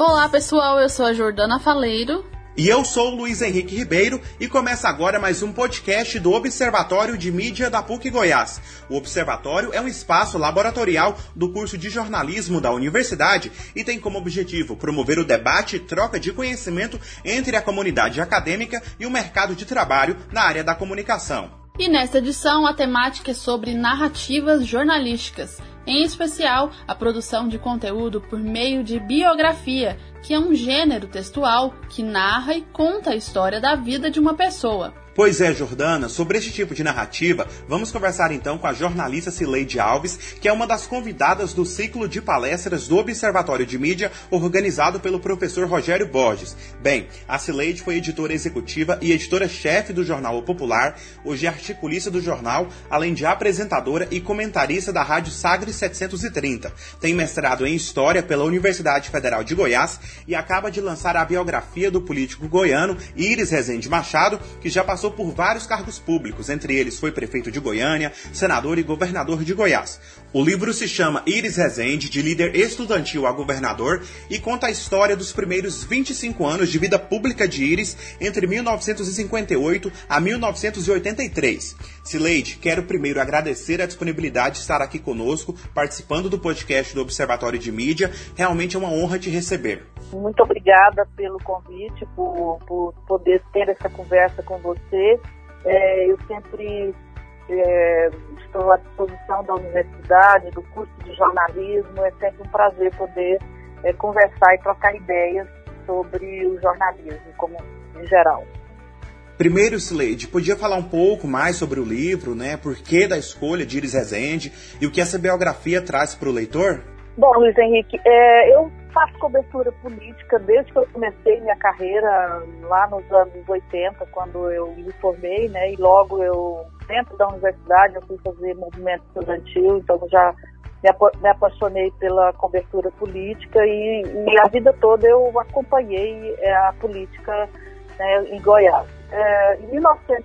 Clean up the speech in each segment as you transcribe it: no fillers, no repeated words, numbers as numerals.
Olá pessoal, eu sou a Jordana Faleiro. E eu sou o Luiz Henrique Ribeiro e começa agora mais um podcast do Observatório de Mídia da PUC Goiás. O Observatório é um espaço laboratorial do curso de jornalismo da universidade e tem como objetivo promover o debate e troca de conhecimento entre a comunidade acadêmica e o mercado de trabalho na área da comunicação. E nesta edição a temática é sobre narrativas jornalísticas, em especial a produção de conteúdo por meio de biografia, que é um gênero textual que narra e conta a história da vida de uma pessoa. Pois é, Jordana, sobre este tipo de narrativa, vamos conversar então com a jornalista Cileide Alves, que é uma das convidadas do ciclo de palestras do Observatório de Mídia, organizado pelo professor Rogério Borges. Bem, a Cileide foi editora executiva e editora-chefe do jornal O Popular, hoje é articulista do jornal, além de apresentadora e comentarista da Rádio Sagres 730. Tem mestrado em História pela Universidade Federal de Goiás e acaba de lançar a biografia do político goiano Íris Rezende Machado, que já passou por vários cargos públicos, entre eles foi prefeito de Goiânia, senador e governador de Goiás. O livro se chama Íris Rezende, de líder estudantil a governador, e conta a história dos primeiros 25 anos de vida pública de Íris, entre 1958 a 1983. Cileide, quero primeiro agradecer a disponibilidade de estar aqui conosco, participando do podcast do Observatório de Mídia. Realmente é uma honra te receber. Muito obrigada pelo convite, por poder ter essa conversa com você. Eu sempre estou à disposição da universidade, do curso de jornalismo. É sempre um prazer poder conversar e trocar ideias sobre o jornalismo como em geral. Primeiro, Cileide, podia falar um pouco mais sobre o livro, né? Por que da escolha de Íris Rezende e o que essa biografia traz para o leitor? Bom, Luiz Henrique, eu faço cobertura política desde que eu comecei minha carreira lá nos anos 80, quando eu me formei, né? E logo dentro da universidade, eu fui fazer movimento estudantil, então já me apaixonei pela cobertura política e a vida toda eu acompanhei a política, né, em Goiás. Em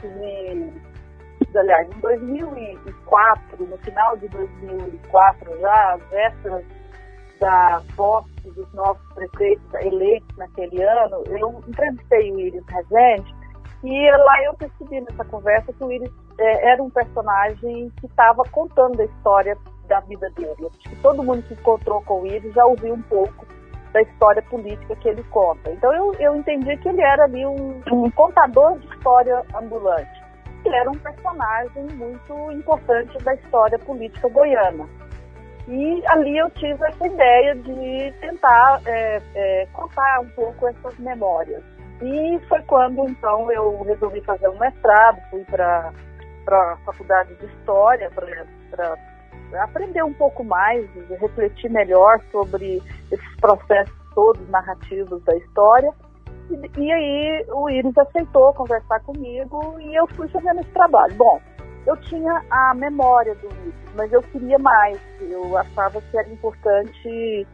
2004, no final de 2004 já, às vésperas da posse dos novos prefeitos eleitos naquele ano, eu entrevistei o Íris Rezende e lá eu percebi nessa conversa que o Íris era um personagem que estava contando a história da vida dele. Acho que todo mundo que encontrou com o Íris já ouviu um pouco da história política que ele conta. Então eu entendi que ele era ali um contador de história ambulante. Ele era um personagem muito importante da história política goiana. E ali eu tive essa ideia de tentar contar um pouco essas memórias. E foi quando, então, eu resolvi fazer um mestrado, fui para a Faculdade de História para aprender um pouco mais, refletir melhor sobre esses processos todos narrativos da história. E aí o Íris aceitou conversar comigo e eu fui fazendo esse trabalho. Bom, eu tinha a memória do Íris, mas eu queria mais. Eu achava que era importante,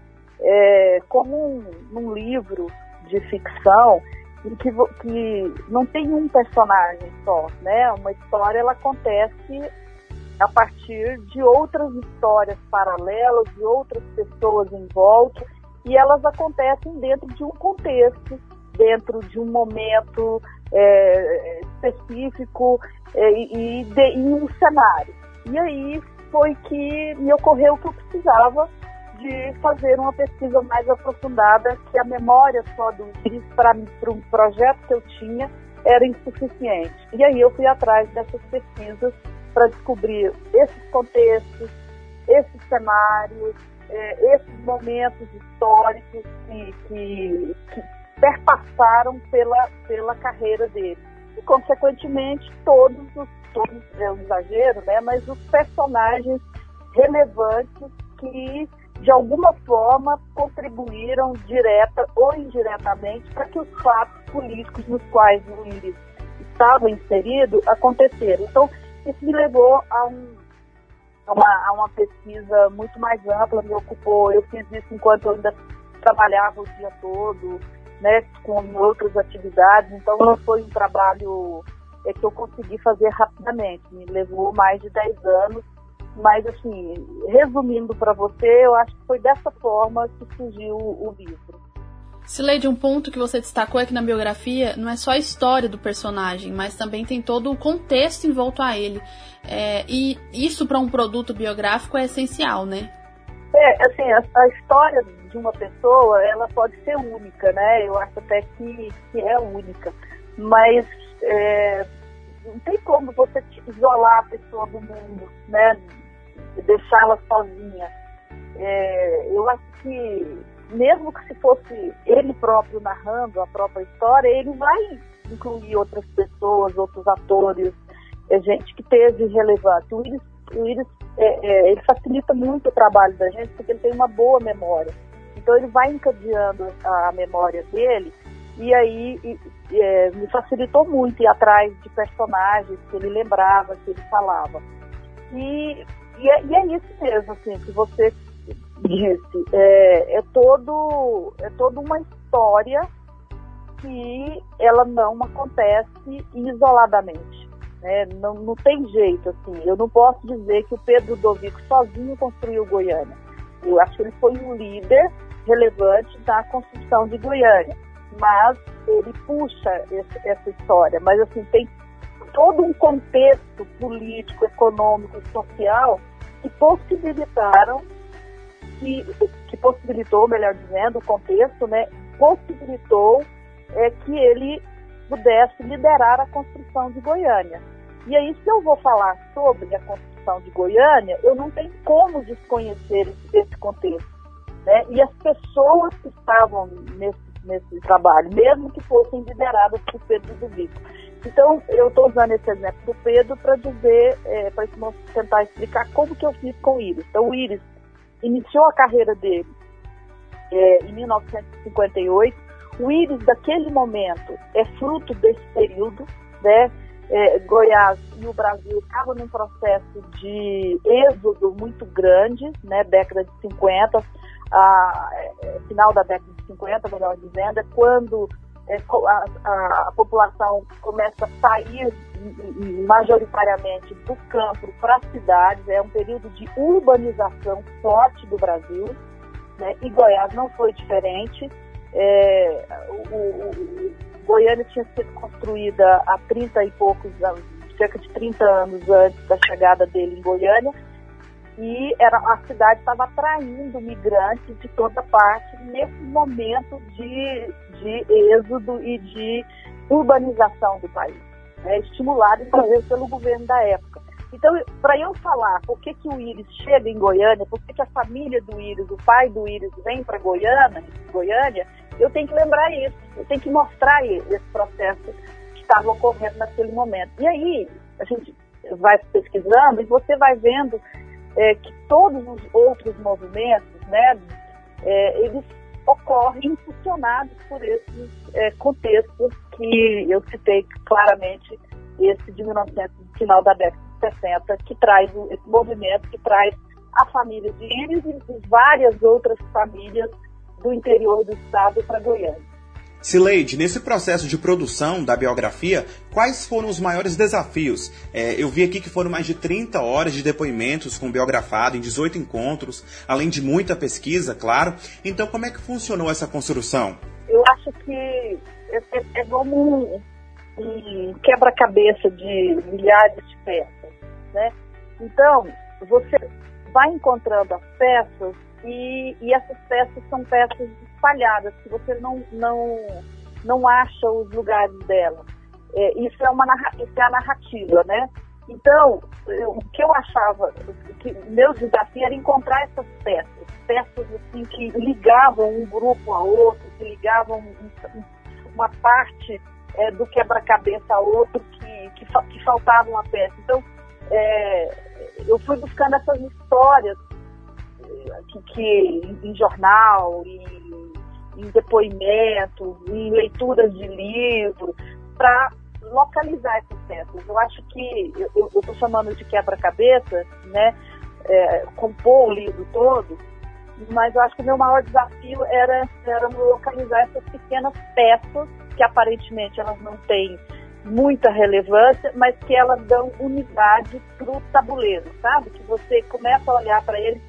como num livro de ficção, em que não tem um personagem só, né? Uma história, ela acontece a partir de outras histórias paralelas, de outras pessoas em volta, e elas acontecem dentro de um contexto, dentro de um momento específico e em um cenário. E aí foi que me ocorreu que eu precisava de fazer uma pesquisa mais aprofundada, que a memória só do Íris para um projeto que eu tinha era insuficiente. E aí eu fui atrás dessas pesquisas para descobrir esses contextos, esses cenários, esses momentos históricos que perpassaram pela carreira dele. E, consequentemente, todos é um exagero, né? Mas os personagens relevantes que, de alguma forma, contribuíram direta ou indiretamente para que os fatos políticos nos quais o Íris estava inserido aconteceram. Então, isso me levou a uma pesquisa muito mais ampla, me ocupou. Eu fiz isso enquanto eu ainda trabalhava o dia todo, né, com outras atividades, então não foi um trabalho que eu consegui fazer rapidamente, me levou mais de 10 anos, mas assim, resumindo para você, eu acho que foi dessa forma que surgiu o livro. Cileide, um ponto que você destacou é que na biografia não é só a história do personagem, mas também tem todo o contexto envolto a ele. E isso para um produto biográfico é essencial, né? Assim, a história de uma pessoa, ela pode ser única, né? Eu acho até que é única. Mas não tem como você isolar a pessoa do mundo, né? Deixá-la sozinha. Eu acho que, mesmo que se fosse ele próprio narrando a própria história, ele vai incluir outras pessoas, outros atores, gente que teve relevância. O Íris ele facilita muito o trabalho da gente, porque ele tem uma boa memória. Então ele vai encadeando a memória dele, e aí me facilitou muito ir atrás de personagens que ele lembrava, que ele falava. E é isso mesmo, assim, que você disse. É toda uma história que ela não acontece isoladamente. Não tem jeito, assim. Eu não posso dizer que o Pedro Ludovico sozinho construiu Goiânia. Eu acho que ele foi um líder relevante na construção de Goiânia, mas ele puxa essa história. Mas, assim, tem todo um contexto político, econômico e social que possibilitou, melhor dizendo, o contexto, né, possibilitou que ele pudesse liderar a construção de Goiânia. E aí, se eu vou falar sobre a construção de Goiânia, eu não tenho como desconhecer esse contexto, né? E as pessoas que estavam nesse trabalho, mesmo que fossem lideradas por Pedro Ludovico. Então, eu estou usando esse exemplo do Pedro para dizer, para tentar explicar como que eu fiz com o Íris. Então, o Íris iniciou a carreira dele em 1958. O Íris, daquele momento, é fruto desse período, né? Goiás e o Brasil estavam num processo de êxodo muito grande, né? Década de 50, final da década de 50, melhor dizendo, é quando a população começa a sair majoritariamente do campo para as cidades. É um período de urbanização forte do Brasil, né? E Goiás não foi diferente. Goiânia tinha sido construída há 30 e poucos anos, cerca de 30 anos antes da chegada dele em Goiânia, e a cidade estava atraindo migrantes de toda parte nesse momento de êxodo e de urbanização do país, né, estimulado talvez pelo governo da época. Então, para eu falar por que o Íris chega em Goiânia, por que a família do Íris, o pai do Íris vem para Goiânia, eu tenho que lembrar isso, eu tenho que mostrar esse processo que estava ocorrendo naquele momento. E aí, a gente vai pesquisando e você vai vendo que todos os outros movimentos, né, eles ocorrem impulsionados por esses contextos que eu citei claramente, esse de final da década de 60, que traz esse movimento, que traz a família de Íris e várias outras famílias do interior do estado para Goiânia. Cileide, nesse processo de produção da biografia, quais foram os maiores desafios? Eu vi aqui que foram mais de 30 horas de depoimentos com o biografado, em 18 encontros, além de muita pesquisa, claro. Então, como é que funcionou essa construção? Eu acho que é como um quebra-cabeça de milhares de peças, né? Então, você vai encontrando as peças e essas peças são peças espalhadas, que você não acha os lugares delas. Isso é a narrativa, né? Então, o que eu achava, que meu desafio era encontrar essas peças assim, que ligavam um grupo a outro, que ligavam uma parte do quebra-cabeça a outro, que faltava uma peça. Então, eu fui buscando essas histórias que em jornal, em depoimentos, em leituras de livros, para localizar essas peças. Eu acho que, eu estou chamando de quebra-cabeça, né, compor o livro todo, mas eu acho que o meu maior desafio era localizar essas pequenas peças, que aparentemente elas não têm muita relevância, mas que elas dão unidade para o tabuleiro, sabe? Que você começa a olhar para ele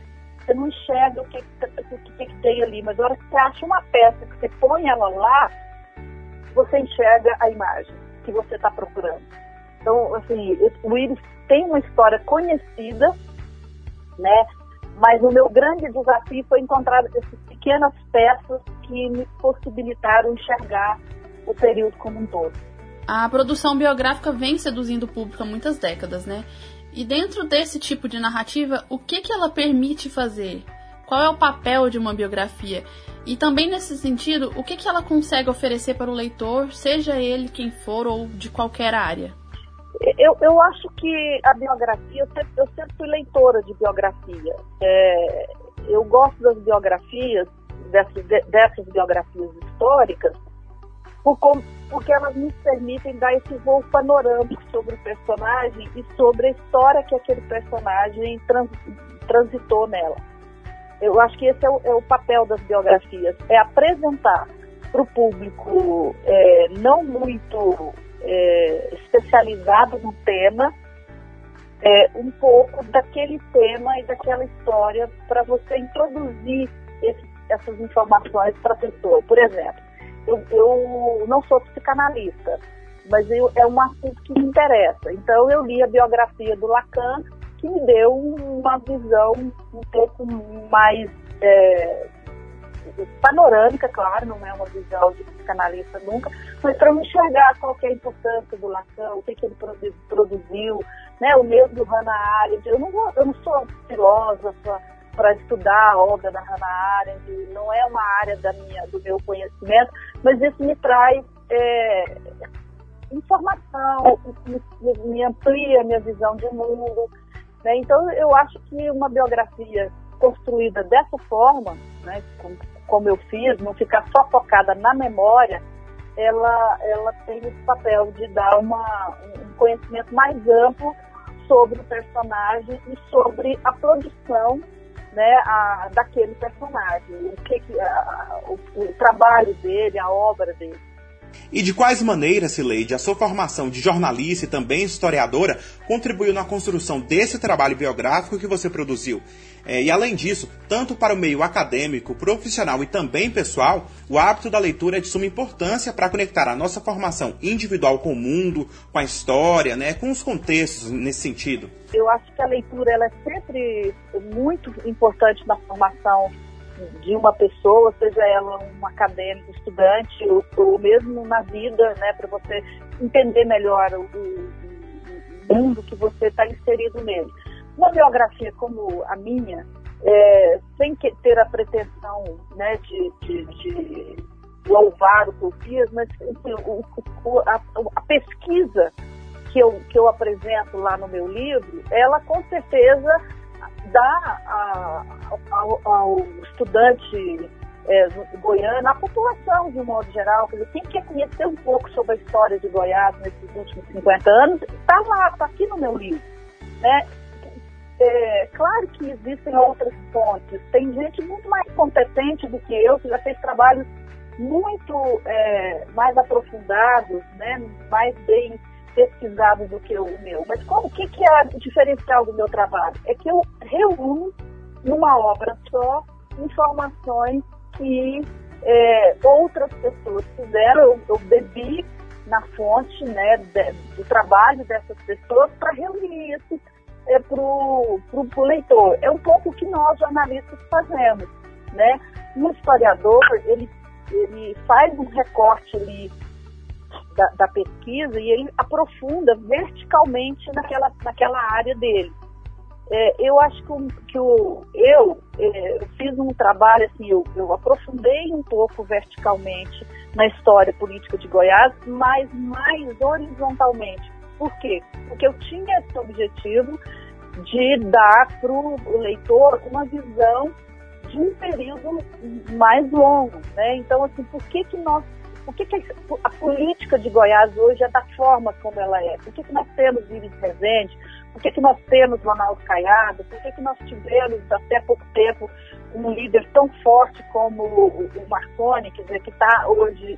você não enxerga o que tem ali, mas na hora que você acha uma peça, que você põe ela lá, você enxerga a imagem que você está procurando. Então, assim, o Íris tem uma história conhecida, né? Mas o meu grande desafio foi encontrar essas pequenas peças que me possibilitaram enxergar o período como um todo. A produção biográfica vem seduzindo o público há muitas décadas, né? E dentro desse tipo de narrativa, o que ela permite fazer? Qual é o papel de uma biografia? E também nesse sentido, o que ela consegue oferecer para o leitor, seja ele quem for ou de qualquer área? Eu acho que a biografia, eu sempre fui leitora de biografia. Eu gosto das biografias, dessas biografias históricas, porque elas nos permitem dar esse voo panorâmico sobre o personagem e sobre a história que aquele personagem transitou nela. Eu acho que esse é o papel das biografias, é apresentar para o público não muito especializado no tema, um pouco daquele tema e daquela história para você introduzir essas informações para a pessoa. Por exemplo, eu não sou psicanalista, mas é um assunto que me interessa. Então eu li a biografia do Lacan, que me deu uma visão um pouco mais panorâmica, claro, não é uma visão de psicanalista nunca, mas para eu enxergar qual que é a importância do Lacan, o que ele produziu, né? O mesmo do Hannah Arendt. Eu não sou filósofa para estudar a obra da Hannah Arendt, não é uma área do meu conhecimento, mas isso me traz informação, me amplia a minha visão de mundo, né? Então eu acho que uma biografia construída dessa forma, né, como eu fiz, não ficar só focada na memória, ela tem esse papel de dar um conhecimento mais amplo sobre o personagem e sobre a produção, né, daquele personagem, o trabalho dele, a obra dele. E de quais maneiras, Cileide, a sua formação de jornalista e também historiadora contribuiu na construção desse trabalho biográfico que você produziu? E além disso, tanto para o meio acadêmico, profissional e também pessoal, o hábito da leitura é de suma importância para conectar a nossa formação individual com o mundo, com a história, né, com os contextos nesse sentido. Eu acho que a leitura ela é sempre muito importante na formação de uma pessoa, seja ela um acadêmico, estudante, ou mesmo na vida, né, para você entender melhor o mundo que você está inserido nele. Uma biografia como a minha, sem ter a pretensão, né, de louvar o que eu fiz, mas a pesquisa que eu apresento lá no meu livro, ela com certeza dá ao estudante goiano, à população de um modo geral, quem quer conhecer um pouco sobre a história de Goiás nesses últimos 50 anos, está lá, está aqui no meu livro, né? Claro que existem outras fontes, tem gente muito mais competente do que eu, que já fez trabalhos muito mais aprofundados, né? Mais bem pesquisados do que o meu. Mas o que é o diferencial do meu trabalho? É que eu reúno numa obra só informações que outras pessoas fizeram, eu bebi na fonte, né, do trabalho dessas pessoas para reunir isso para o leitor. É um pouco o que nós jornalistas fazemos, né? Um historiador, ele faz um recorte ali da pesquisa e ele aprofunda verticalmente naquela área dele. Eu acho que eu fiz um trabalho assim, eu aprofundei um pouco verticalmente na história política de Goiás, mas mais horizontalmente. Por quê? Porque eu tinha esse objetivo de dar para o leitor uma visão de um período mais longo, né? Então, assim, por que a política de Goiás hoje é da forma como ela é? Por que nós temos Íris Rezende? Por que nós temos Ronaldo Caiado? Por que nós tivemos, até pouco tempo, um líder tão forte como o Marconi, quer dizer, que está hoje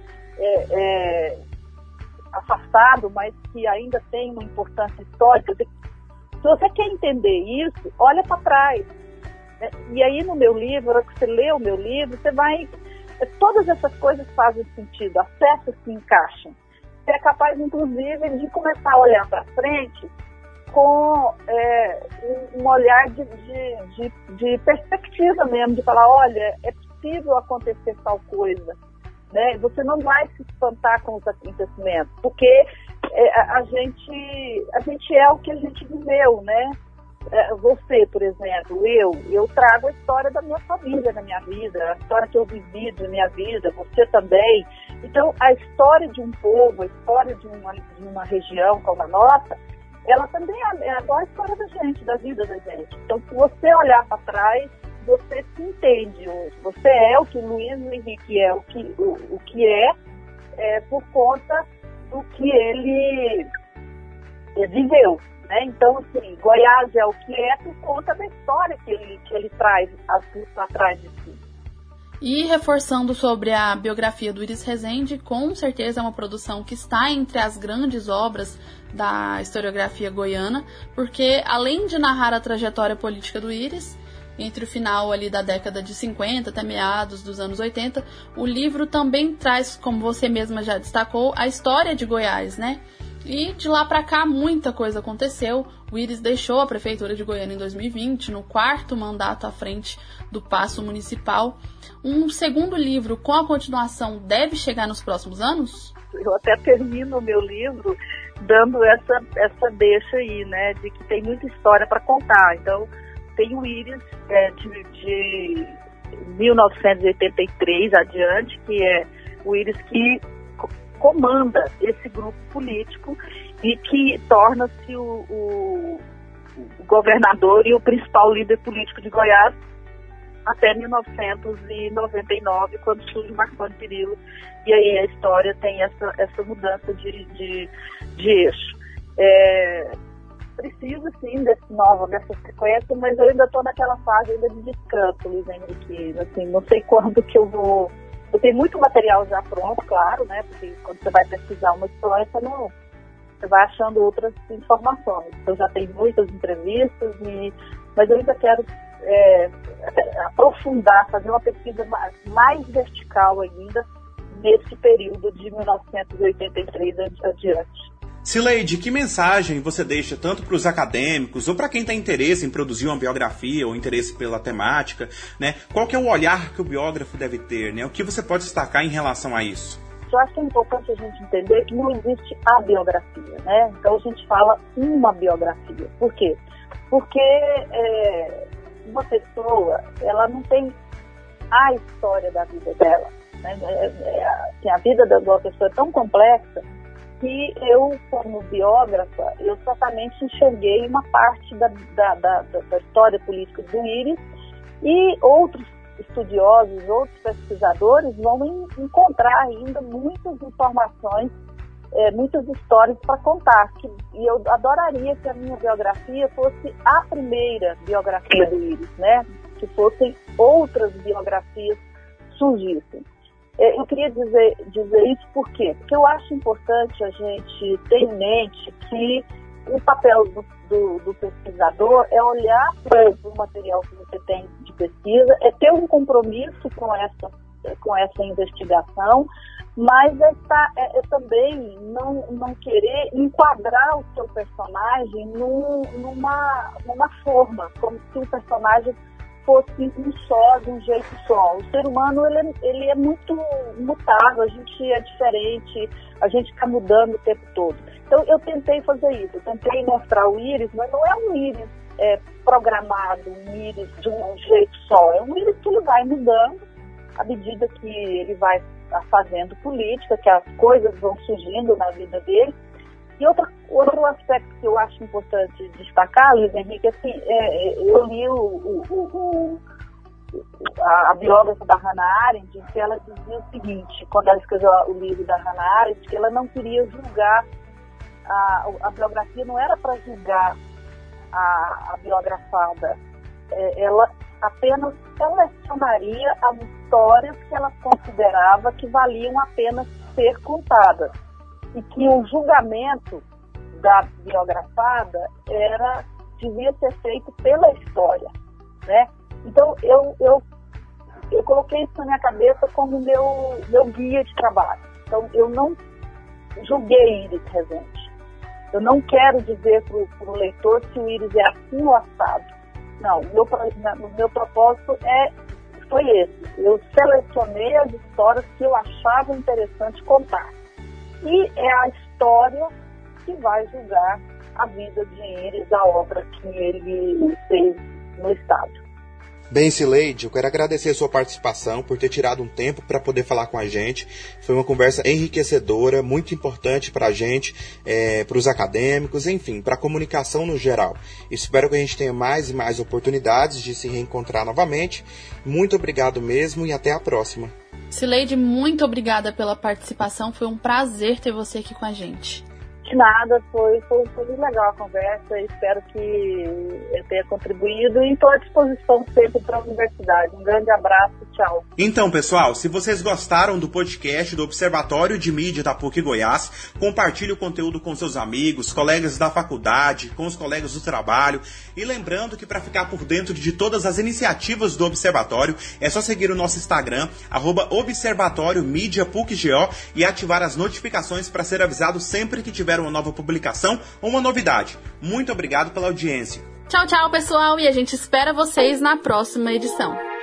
afastado, mas que ainda tem uma importância histórica? Se você quer entender isso, olha para trás. E aí no meu livro, na hora que você lê o meu livro, você vai... Todas essas coisas fazem sentido, as peças se encaixam. Você é capaz, inclusive, de começar a olhar para frente com um olhar de perspectiva mesmo, de falar, olha, é possível acontecer tal coisa. Né? Você não vai se espantar com os acontecimentos, porque a gente é o que a gente viveu, né? Você, por exemplo, eu trago a história da minha família na minha vida, a história que eu vivi da minha vida, você também. Então, a história de um povo, a história de uma região como a nossa, ela também é a história da gente, da vida da gente. Então, se você olhar para trás, você se entende hoje. Você é o que Luiz Henrique é, o que é por conta do que ele viveu. Né? Então, assim, Goiás é o que é por conta da história que ele traz atrás de si. E reforçando sobre a biografia do Íris Rezende, com certeza é uma produção que está entre as grandes obras da historiografia goiana, porque além de narrar a trajetória política do Íris, entre o final ali da década de 50 até meados dos anos 80, o livro também traz, como você mesma já destacou, a história de Goiás, né? E de lá para cá muita coisa aconteceu. O Íris deixou a Prefeitura de Goiânia em 2020, no 4º mandato à frente do Paço Municipal. Um segundo livro com a continuação deve chegar nos próximos anos? Eu até termino o meu livro dando essa deixa aí, né, de que tem muita história para contar. Então, tem o Íris de 1983 adiante, que é o Íris que comanda esse grupo político e que torna-se o governador e o principal líder político de Goiás até 1999, quando surge Marconi Perillo, e aí a história tem essa mudança de eixo. Preciso, sim, dessa sequência, mas eu ainda estou naquela fase ainda de descanso, Luiz Henrique. Assim, não sei quando que eu vou... Eu tenho muito material já pronto, claro, né? Porque quando você vai pesquisar uma história, você vai achando outras informações. Eu já tenho muitas entrevistas, mas eu ainda quero aprofundar, fazer uma pesquisa mais vertical ainda nesse período de 1983 adiante. Cileide, que mensagem você deixa tanto para os acadêmicos ou para quem tem interesse em produzir uma biografia ou interesse pela temática, né? Qual que é o olhar que o biógrafo deve ter, né? O que você pode destacar em relação a isso? Eu acho que é importante a gente entender que não existe a biografia, né? Então a gente fala uma biografia. Por quê? Porque uma pessoa, ela não tem a história da vida dela, né? A vida da uma pessoa é tão complexa que eu, como biógrafa, eu certamente enxerguei uma parte da história política do Íris, e outros estudiosos, outros pesquisadores vão encontrar ainda muitas informações, muitas histórias para contar. E eu adoraria que a minha biografia fosse a primeira biografia do Íris, né? Que fossem outras biografias surgissem. Eu queria dizer isso por quê? Porque eu acho importante a gente ter em mente que o papel do pesquisador é olhar para o material que você tem de pesquisa, é ter um compromisso com essa investigação, mas é também não querer enquadrar o seu personagem numa forma, como se o personagem fosse um só, de um jeito só. O ser humano, ele é muito mutável, a gente é diferente, a gente está mudando o tempo todo. Então, eu tentei fazer isso, eu tentei mostrar o Íris, mas não é um Íris programado, um Íris de um jeito só, é um Íris que ele vai mudando à medida que ele vai fazendo política, que as coisas vão surgindo na vida dele. E outro aspecto que eu acho importante destacar, Luiz Henrique, assim, eu li a biógrafa da Hannah Arendt, que ela dizia o seguinte, quando ela escreveu o livro da Hannah Arendt, que ela não queria julgar, a biografia não era para julgar a biografada, ela apenas selecionaria as histórias que ela considerava que valiam a pena ser contadas. E que o julgamento da biografada devia ser feito pela história, né? Então, eu coloquei isso na minha cabeça como meu guia de trabalho. Então, eu não julguei Iris Rezende. Eu não quero dizer para o leitor se o Iris é assim ou assado. Não, o meu propósito foi esse. Eu selecionei as histórias que eu achava interessante contar. E é a história que vai julgar a vida de Iris, a obra que ele fez no Estado. Bem, Cileide, eu quero agradecer a sua participação, por ter tirado um tempo para poder falar com a gente. Foi uma conversa enriquecedora, muito importante para a gente, para os acadêmicos, enfim, para a comunicação no geral. Espero que a gente tenha mais e mais oportunidades de se reencontrar novamente. Muito obrigado mesmo e até a próxima. Cileide, muito obrigada pela participação. Foi um prazer ter você aqui com a gente. De nada, foi muito legal a conversa, espero que eu tenha contribuído e estou à disposição sempre para a universidade. Um grande abraço, tchau. Então, pessoal, se vocês gostaram do podcast do Observatório de Mídia da PUC Goiás, compartilhe o conteúdo com seus amigos, colegas da faculdade, com os colegas do trabalho. E lembrando que para ficar por dentro de todas as iniciativas do Observatório, é só seguir o nosso Instagram, @Observatório Mídia PUC-GO, e ativar as notificações para ser avisado sempre que tiver uma nova publicação ou uma novidade. Muito obrigado pela audiência. Tchau, tchau, pessoal, e a gente espera vocês na próxima edição.